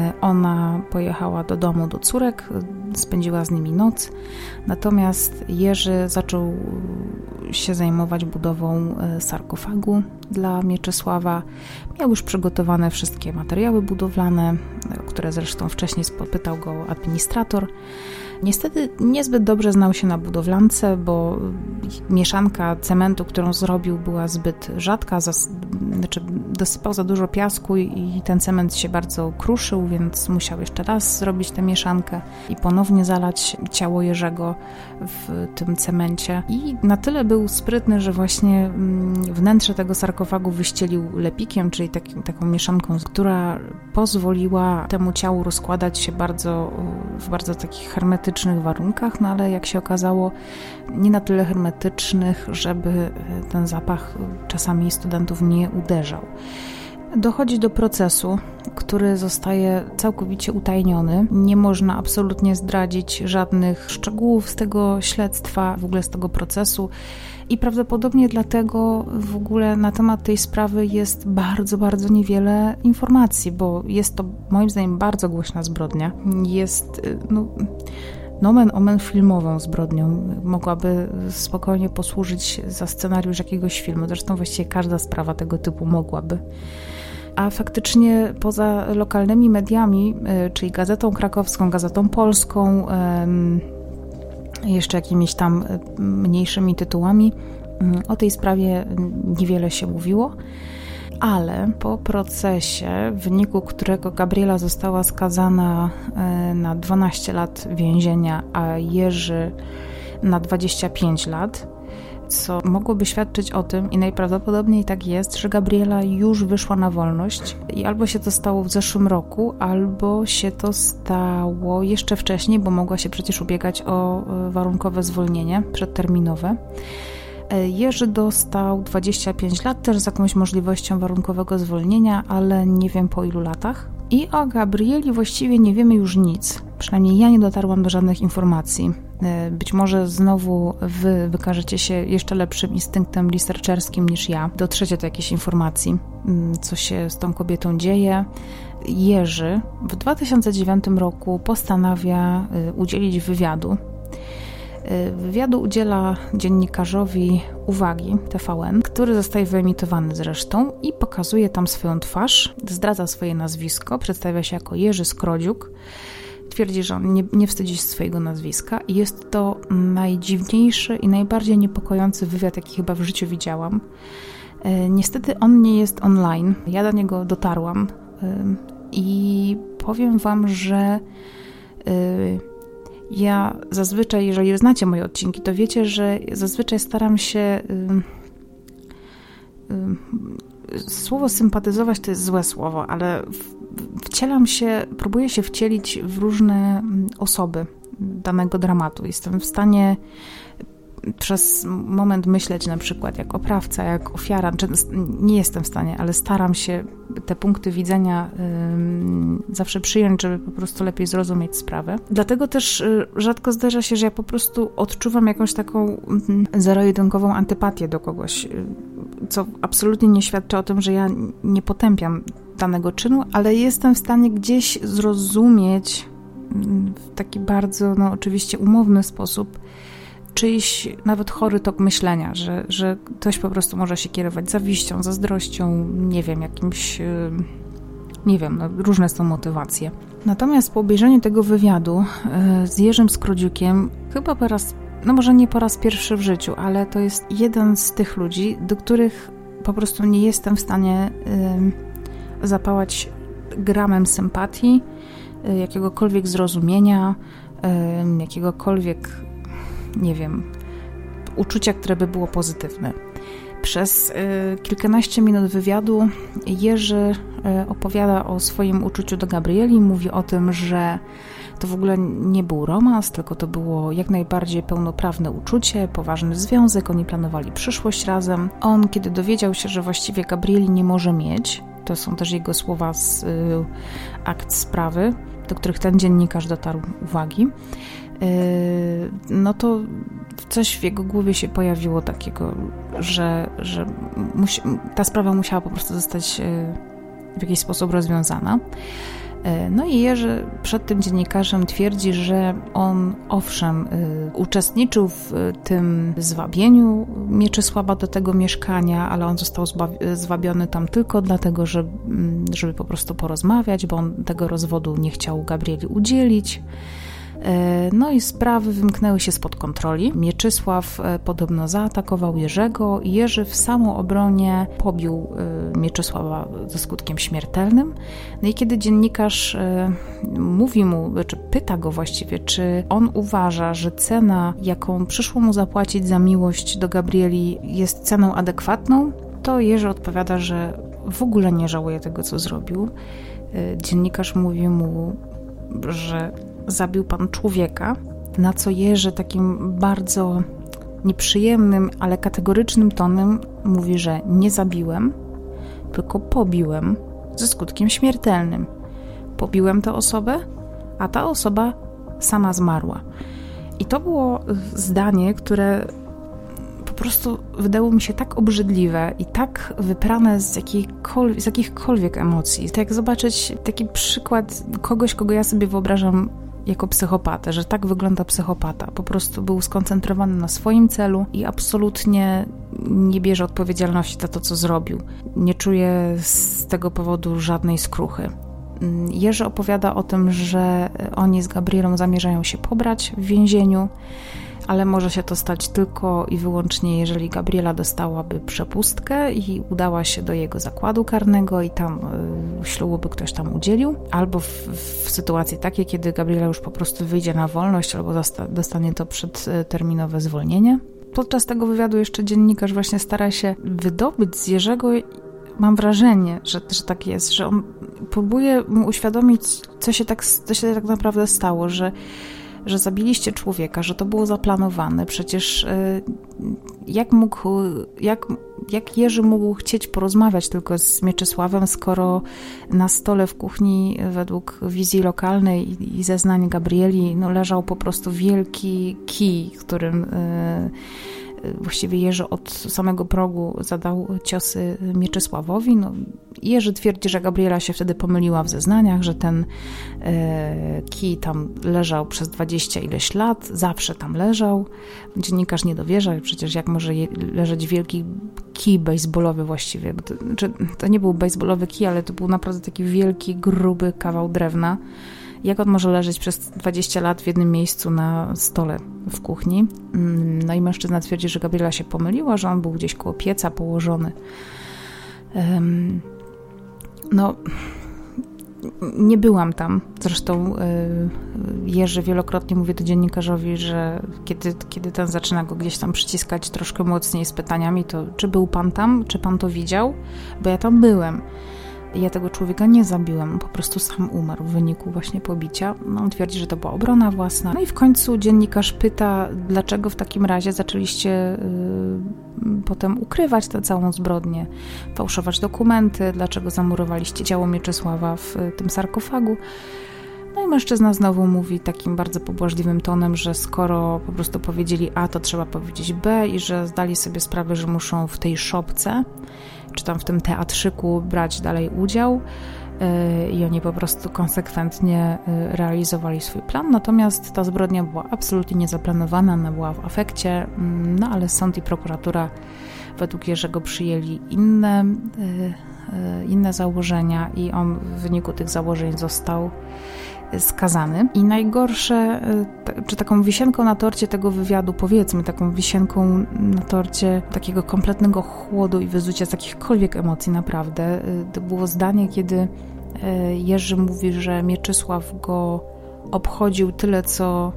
ona pojechała do domu do córek, spędziła z nimi noc, natomiast Jerzy zaczął się zajmować budową sarkofagu dla Mieczysława. Miał już przygotowane wszystkie materiały budowlane, o które zresztą wcześniej spytał go administrator. Niestety niezbyt dobrze znał się na budowlance, bo mieszanka cementu, którą zrobił, była zbyt rzadka, zas- znaczy dosypał za dużo piasku i ten cement się bardzo kruszył, więc musiał jeszcze raz zrobić tę mieszankę i ponownie zalać ciało Jerzego w tym cemencie. I na tyle był sprytny, że właśnie wnętrze tego sarkofagu wyścielił lepikiem, czyli taki, taką mieszanką, która pozwoliła temu ciału rozkładać się bardzo, w bardzo takich hermetycznych warunkach, no ale jak się okazało, nie na tyle hermetycznych, żeby ten zapach czasami studentów nie uderzał. Dochodzi do procesu, który zostaje całkowicie utajniony. Nie można absolutnie zdradzić żadnych szczegółów z tego śledztwa, w ogóle z tego procesu. I prawdopodobnie dlatego w ogóle na temat tej sprawy jest bardzo, bardzo niewiele informacji, bo jest to moim zdaniem bardzo głośna zbrodnia. Jest, no, nomen omen filmową zbrodnią. Mogłaby spokojnie posłużyć za scenariusz jakiegoś filmu. Zresztą właściwie każda sprawa tego typu mogłaby. A faktycznie poza lokalnymi mediami, czyli Gazetą Krakowską, Gazetą Polską, jeszcze jakimiś tam mniejszymi tytułami, o tej sprawie niewiele się mówiło, ale po procesie, w wyniku którego Gabriela została skazana na dwanaście lat więzienia, a Jerzy na dwadzieścia pięć lat, co mogłoby świadczyć o tym, i najprawdopodobniej tak jest, że Gabriela już wyszła na wolność i albo się to stało w zeszłym roku, albo się to stało jeszcze wcześniej, bo mogła się przecież ubiegać o warunkowe zwolnienie przedterminowe. Jerzy dostał dwadzieścia pięć lat, też z jakąś możliwością warunkowego zwolnienia, ale nie wiem po ilu latach. I o Gabrieli właściwie nie wiemy już nic. Przynajmniej ja nie dotarłam do żadnych informacji. Być może znowu wy wykażecie się jeszcze lepszym instynktem researcherskim niż ja. Dotrzecie do jakiejś informacji, co się z tą kobietą dzieje. Jerzy w dwa tysiące dziewiątym roku postanawia udzielić wywiadu. Wywiadu udziela dziennikarzowi Uwagi T V N, który zostaje wyemitowany zresztą i pokazuje tam swoją twarz, zdradza swoje nazwisko, przedstawia się jako Jerzy Skrodziuk. Twierdzi, że on nie, nie wstydzi się swojego nazwiska i jest to najdziwniejszy i najbardziej niepokojący wywiad, jaki chyba w życiu widziałam. Niestety on nie jest online. Ja do niego dotarłam i powiem wam, że ja zazwyczaj, jeżeli znacie moje odcinki, to wiecie, że zazwyczaj staram się... Słowo sympatyzować to jest złe słowo, ale wcielam się, próbuję się wcielić w różne osoby danego dramatu. Jestem w stanie przez moment myśleć na przykład jak oprawca, jak ofiara. Nie jestem w stanie, ale staram się te punkty widzenia yy, zawsze przyjąć, żeby po prostu lepiej zrozumieć sprawę. Dlatego też yy, rzadko zdarza się, że ja po prostu odczuwam jakąś taką yy, zero-jedynkową antypatię do kogoś, yy, co absolutnie nie świadczy o tym, że ja nie potępiam danego czynu, ale jestem w stanie gdzieś zrozumieć w taki bardzo, no oczywiście umowny sposób czyjś nawet chory tok myślenia, że, że ktoś po prostu może się kierować zawiścią, zazdrością, nie wiem, jakimś, nie wiem, no, różne są motywacje. Natomiast po obejrzeniu tego wywiadu z Jerzym Skrodziukiem, chyba po raz, no może nie po raz pierwszy w życiu, ale to jest jeden z tych ludzi, do których po prostu nie jestem w stanie y, zapałać gramem sympatii, y, jakiegokolwiek zrozumienia, y, jakiegokolwiek, nie wiem, uczucia, które by było pozytywne. Przez y, kilkanaście minut wywiadu Jerzy y, opowiada o swoim uczuciu do Gabrieli, mówi o tym, że to w ogóle nie był romans, tylko to było jak najbardziej pełnoprawne uczucie, poważny związek, oni planowali przyszłość razem. On, kiedy dowiedział się, że właściwie Gabrieli nie może mieć, to są też jego słowa z y, akt sprawy, do których ten dziennikarz dotarł uwagi, y, no to coś w jego głowie się pojawiło takiego, że, że musi, ta sprawa musiała po prostu zostać y, w jakiś sposób rozwiązana. No i Jerzy przed tym dziennikarzem twierdzi, że on owszem y, uczestniczył w y, tym zwabieniu Mieczysława do tego mieszkania, ale on został zba- zwabiony tam tylko dlatego, że, y, żeby po prostu porozmawiać, bo on tego rozwodu nie chciał Gabrieli udzielić. No i sprawy wymknęły się spod kontroli. Mieczysław podobno zaatakował Jerzego i Jerzy w samoobronie pobił Mieczysława ze skutkiem śmiertelnym. No i kiedy dziennikarz mówi mu, czy pyta go właściwie, czy on uważa, że cena, jaką przyszło mu zapłacić za miłość do Gabrieli, jest ceną adekwatną, to Jerzy odpowiada, że w ogóle nie żałuje tego, co zrobił. Dziennikarz mówi mu, że zabił pan człowieka, na co Jerzy takim bardzo nieprzyjemnym, ale kategorycznym tonem mówi, że nie zabiłem, tylko pobiłem ze skutkiem śmiertelnym. Pobiłem tę osobę, a ta osoba sama zmarła. I to było zdanie, które po prostu wydało mi się tak obrzydliwe i tak wyprane z, z jakichkolwiek emocji. To jak zobaczyć taki przykład kogoś, kogo ja sobie wyobrażam jako psychopatę, że tak wygląda psychopata. Po prostu był skoncentrowany na swoim celu i absolutnie nie bierze odpowiedzialności za to, co zrobił. Nie czuje z tego powodu żadnej skruchy. Jerzy opowiada o tym, że oni z Gabrielą zamierzają się pobrać w więzieniu, ale może się to stać tylko i wyłącznie, jeżeli Gabriela dostałaby przepustkę i udała się do jego zakładu karnego i tam y, ślubu by ktoś tam udzielił, albo w, w sytuacji takiej, kiedy Gabriela już po prostu wyjdzie na wolność, albo dosta, dostanie to przedterminowe zwolnienie. Podczas tego wywiadu jeszcze dziennikarz właśnie stara się wydobyć z Jerzego, mam wrażenie, że, że tak jest, że on próbuje mu uświadomić, co się tak, co się tak naprawdę stało, że że zabiliście człowieka, że to było zaplanowane. Przecież jak mógł, jak, jak Jerzy mógł chcieć porozmawiać tylko z Mieczysławem, skoro na stole w kuchni według wizji lokalnej i zeznań Gabrieli no, leżał po prostu wielki kij, którym właściwie Jerzy od samego progu zadał ciosy Mieczysławowi. No, Jerzy twierdzi, że Gabriela się wtedy pomyliła w zeznaniach, że ten e, kij tam leżał przez dwadzieścia ileś lat, zawsze tam leżał. Dziennikarz nie dowierza, przecież jak może je, leżeć wielki kij bejsbolowy właściwie. Bo to, znaczy, to nie był bejsbolowy kij, ale to był naprawdę taki wielki, gruby kawał drewna. Jak on może leżeć przez dwadzieścia lat w jednym miejscu na stole w kuchni? No i mężczyzna twierdzi, że Gabriela się pomyliła, że on był gdzieś koło pieca położony. Um, no, nie byłam tam. Zresztą Jerzy wielokrotnie mówi do dziennikarzowi, że kiedy, kiedy ten zaczyna go gdzieś tam przyciskać troszkę mocniej z pytaniami, to czy był pan tam, czy pan to widział? Bo ja tam byłem. Ja tego człowieka nie zabiłem, on po prostu sam umarł w wyniku właśnie pobicia. No, on twierdzi, że to była obrona własna. No i w końcu dziennikarz pyta, dlaczego w takim razie zaczęliście yy, potem ukrywać tę całą zbrodnię, fałszować dokumenty, dlaczego zamurowaliście ciało Mieczysława w y, tym sarkofagu. No i mężczyzna znowu mówi takim bardzo pobłażliwym tonem, że skoro po prostu powiedzieli A, to trzeba powiedzieć B i że zdali sobie sprawę, że muszą w tej szopce, czy tam w tym teatrzyku brać dalej udział yy, i oni po prostu konsekwentnie yy, realizowali swój plan. Natomiast ta zbrodnia była absolutnie niezaplanowana, ona była w afekcie, yy, no ale sąd i prokuratura według Jerzego przyjęli inne, yy, yy, inne założenia i on w wyniku tych założeń został skazany. I najgorsze, czy taką wisienką na torcie tego wywiadu, powiedzmy, taką wisienką na torcie takiego kompletnego chłodu i wyzucia z jakichkolwiek emocji naprawdę, to było zdanie, kiedy Jerzy mówi, że Mieczysław go obchodził tyle, co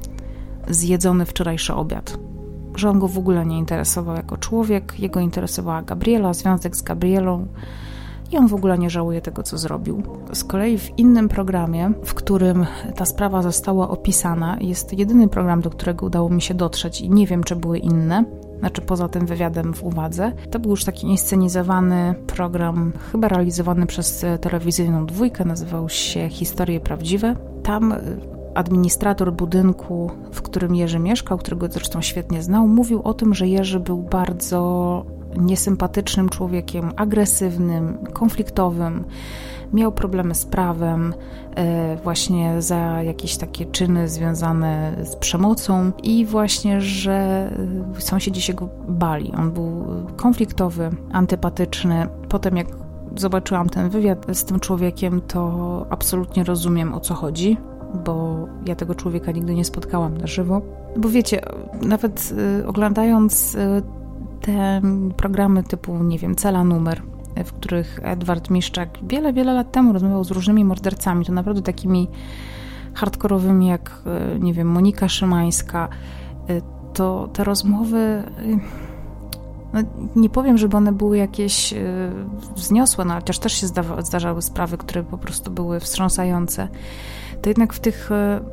zjedzony wczorajszy obiad. Że on go w ogóle nie interesował jako człowiek, jego interesowała Gabriela, związek z Gabrielą, i on w ogóle nie żałuje tego, co zrobił. Z kolei w innym programie, w którym ta sprawa została opisana, jest jedyny program, do którego udało mi się dotrzeć i nie wiem, czy były inne, znaczy poza tym wywiadem w Uwadze. To był już taki inscenizowany program, chyba realizowany przez telewizyjną dwójkę, nazywał się Historie Prawdziwe. Tam administrator budynku, w którym Jerzy mieszkał, którego zresztą świetnie znał, mówił o tym, że Jerzy był bardzo niesympatycznym człowiekiem, agresywnym, konfliktowym, miał problemy z prawem, właśnie za jakieś takie czyny związane z przemocą i właśnie, że sąsiedzi się go bali. On był konfliktowy, antypatyczny. Potem jak zobaczyłam ten wywiad z tym człowiekiem, to absolutnie rozumiem, o co chodzi, bo ja tego człowieka nigdy nie spotkałam na żywo. Bo wiecie, nawet oglądając te programy typu, nie wiem, Cela Numer, w których Edward Miszczak wiele, wiele lat temu rozmawiał z różnymi mordercami, to naprawdę takimi hardkorowymi jak, nie wiem, Monika Szymańska, to te rozmowy, no nie powiem, żeby one były jakieś wzniosłe, no chociaż też się zda- zdarzały sprawy, które po prostu były wstrząsające, to jednak w tych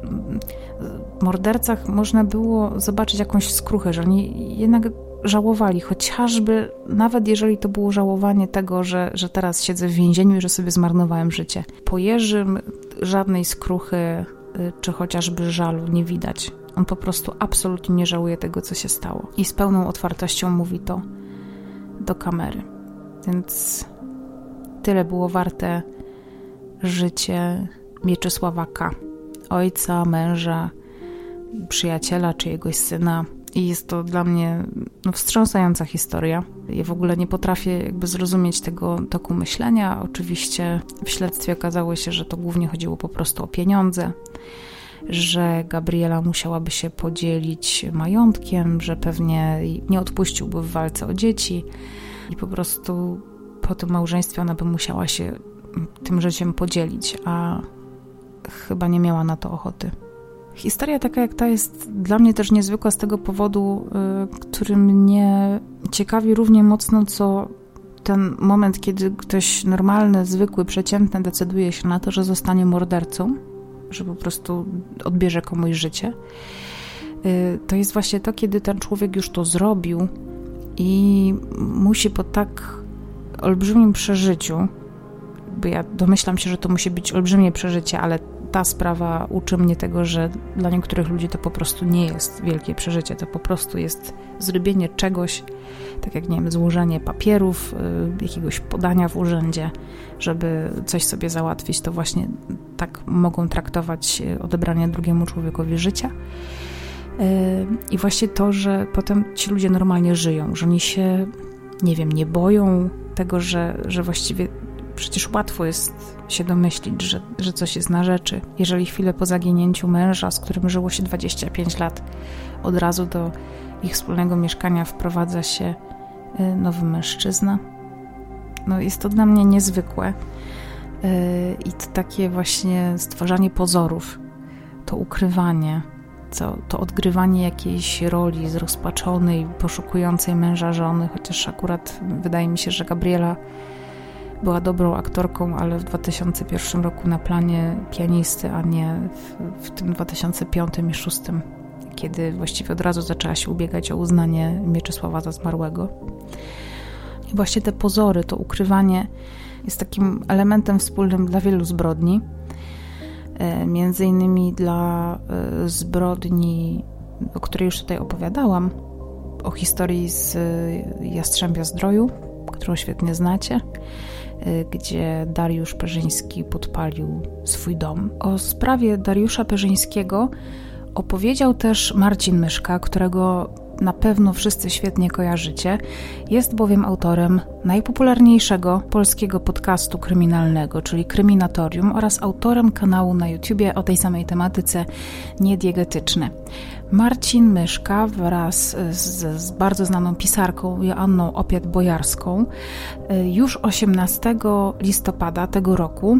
mordercach można było zobaczyć jakąś skruchę, że oni jednak żałowali, chociażby nawet jeżeli to było żałowanie tego, że, że teraz siedzę w więzieniu i że sobie zmarnowałem życie. Po Jerzym żadnej skruchy czy chociażby żalu nie widać. On po prostu absolutnie nie żałuje tego, co się stało. I z pełną otwartością mówi to do kamery. Więc tyle było warte życie Mieczysława K., ojca, męża, przyjaciela czyjegoś syna. I jest to dla mnie no, wstrząsająca historia. Ja w ogóle nie potrafię jakby zrozumieć tego toku myślenia. Oczywiście w śledztwie okazało się, że to głównie chodziło po prostu o pieniądze, że Gabriela musiałaby się podzielić majątkiem, że pewnie nie odpuściłby w walce o dzieci i po prostu po tym małżeństwie ona by musiała się tym życiem podzielić, a chyba nie miała na to ochoty. Historia taka jak ta jest dla mnie też niezwykła z tego powodu, yy, który mnie ciekawi równie mocno, co ten moment, kiedy ktoś normalny, zwykły, przeciętny decyduje się na to, że zostanie mordercą, że po prostu odbierze komuś życie. Yy, to jest właśnie to, kiedy ten człowiek już to zrobił i musi po tak olbrzymim przeżyciu, bo ja domyślam się, że to musi być olbrzymie przeżycie, ale ta sprawa uczy mnie tego, że dla niektórych ludzi to po prostu nie jest wielkie przeżycie, to po prostu jest zrobienie czegoś, tak jak, nie wiem, złożenie papierów, jakiegoś podania w urzędzie, żeby coś sobie załatwić, to właśnie tak mogą traktować odebranie drugiemu człowiekowi życia. I właśnie to, że potem ci ludzie normalnie żyją, że oni się, nie wiem, nie boją tego, że, że właściwie przecież łatwo jest się domyślić, że, że coś jest na rzeczy. Jeżeli chwilę po zaginięciu męża, z którym żyło się dwadzieścia pięć lat, od razu do ich wspólnego mieszkania wprowadza się nowy mężczyzna. No jest to dla mnie niezwykłe. I to takie właśnie stwarzanie pozorów, to ukrywanie, to, to odgrywanie jakiejś roli zrozpaczonej, poszukującej męża, żony, chociaż akurat wydaje mi się, że Gabriela była dobrą aktorką, ale w dwa tysiące pierwszym roku na planie pianisty, a nie w, w tym dwa tysiące piątym i dwa tysiące szóstym, kiedy właściwie od razu zaczęła się ubiegać o uznanie Mieczysława za zmarłego. I właśnie te pozory, to ukrywanie jest takim elementem wspólnym dla wielu zbrodni. Między innymi dla zbrodni, o której już tutaj opowiadałam, o historii z Jastrzębia Zdroju, którą świetnie znacie, gdzie Dariusz Perzyński podpalił swój dom. O sprawie Dariusza Perzyńskiego opowiedział też Marcin Myszka, którego na pewno wszyscy świetnie kojarzycie. Jest bowiem autorem najpopularniejszego polskiego podcastu kryminalnego, czyli Kryminatorium, oraz autorem kanału na YouTubie o tej samej tematyce Niediegetyczne. Marcin Myszka wraz z, z bardzo znaną pisarką Joanną Opiat-Bojarską już osiemnastego listopada tego roku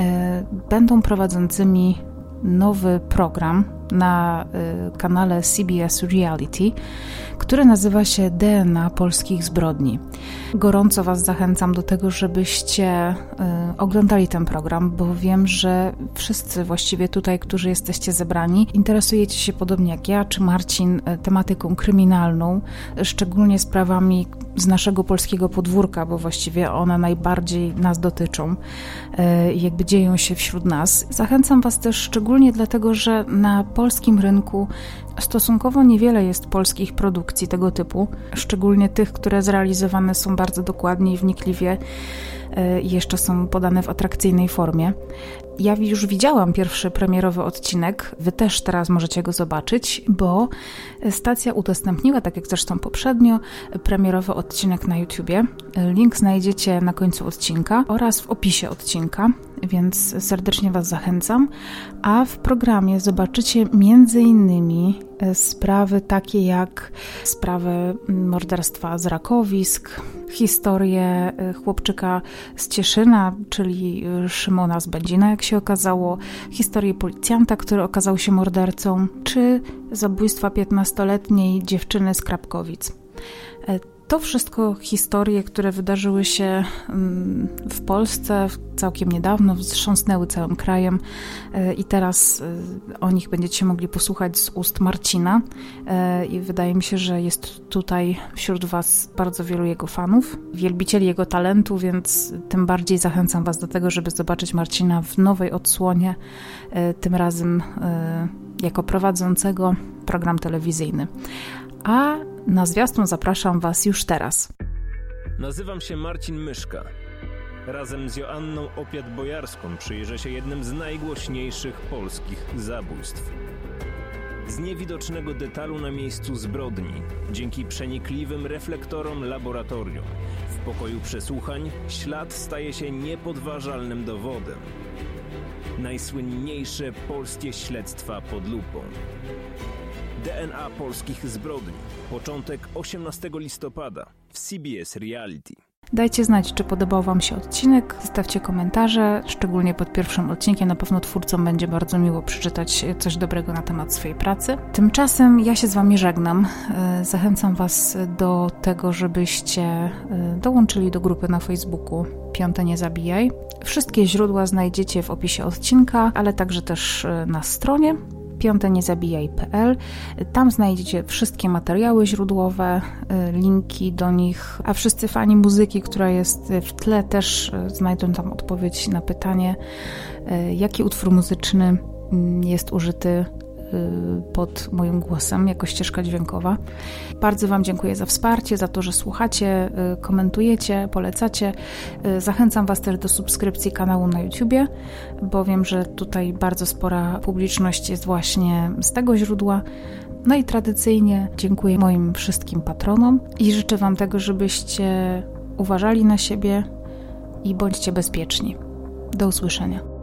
będą prowadzącymi nowy program na y, kanale C B S Reality, który nazywa się D N A polskich zbrodni. Gorąco Was zachęcam do tego, żebyście y, oglądali ten program, bo wiem, że wszyscy właściwie tutaj, którzy jesteście zebrani, interesujecie się podobnie jak ja, czy Marcin, y, tematyką kryminalną, szczególnie sprawami z naszego polskiego podwórka, bo właściwie one najbardziej nas dotyczą y, i jakby dzieją się wśród nas. Zachęcam Was też szczególnie dlatego, że na polskim rynku stosunkowo niewiele jest polskich produkcji tego typu, szczególnie tych, które zrealizowane są bardzo dokładnie i wnikliwie i jeszcze są podane w atrakcyjnej formie. Ja już widziałam pierwszy premierowy odcinek, Wy też teraz możecie go zobaczyć, bo stacja udostępniła, tak jak zresztą poprzednio, premierowy odcinek na YouTubie. Link znajdziecie na końcu odcinka oraz w opisie odcinka, więc serdecznie Was zachęcam. A w programie zobaczycie między innymi sprawy takie jak sprawę morderstwa z Rakowisk, historię chłopczyka z Cieszyna, czyli Szymona z Będzina, jak się okazało, historię policjanta, który okazał się mordercą, czy zabójstwa piętnastoletniej dziewczyny z Krapkowic. To wszystko historie, które wydarzyły się w Polsce całkiem niedawno, wstrząsnęły całym krajem i teraz o nich będziecie mogli posłuchać z ust Marcina i wydaje mi się, że jest tutaj wśród Was bardzo wielu jego fanów, wielbicieli jego talentu, więc tym bardziej zachęcam Was do tego, żeby zobaczyć Marcina w nowej odsłonie, tym razem jako prowadzącego program telewizyjny. A na zwiastun zapraszam Was już teraz. Nazywam się Marcin Myszka. Razem z Joanną Opiat-Bojarską przyjrzę się jednym z najgłośniejszych polskich zabójstw. Z niewidocznego detalu na miejscu zbrodni, dzięki przenikliwym reflektorom laboratorium, w pokoju przesłuchań ślad staje się niepodważalnym dowodem. Najsłynniejsze polskie śledztwa pod lupą. D N A polskich zbrodni. Początek osiemnastego listopada w C B S Reality. Dajcie znać, czy podobał Wam się odcinek, zostawcie komentarze, szczególnie pod pierwszym odcinkiem. Na pewno twórcom będzie bardzo miło przeczytać coś dobrego na temat swojej pracy. Tymczasem ja się z Wami żegnam. Zachęcam Was do tego, żebyście dołączyli do grupy na Facebooku Piąte Nie Zabijaj. Wszystkie źródła znajdziecie w opisie odcinka, ale także też na stronie piąte nie zabijaj kropka p l. Tam znajdziecie wszystkie materiały źródłowe, linki do nich, a wszyscy fani muzyki, która jest w tle, też znajdą tam odpowiedź na pytanie, jaki utwór muzyczny jest użyty pod moim głosem jako ścieżka dźwiękowa. Bardzo Wam dziękuję za wsparcie, za to, że słuchacie, komentujecie, polecacie. Zachęcam Was też do subskrypcji kanału na YouTubie, bo wiem, że tutaj bardzo spora publiczność jest właśnie z tego źródła. No i tradycyjnie dziękuję moim wszystkim patronom i życzę Wam tego, żebyście uważali na siebie i bądźcie bezpieczni. Do usłyszenia.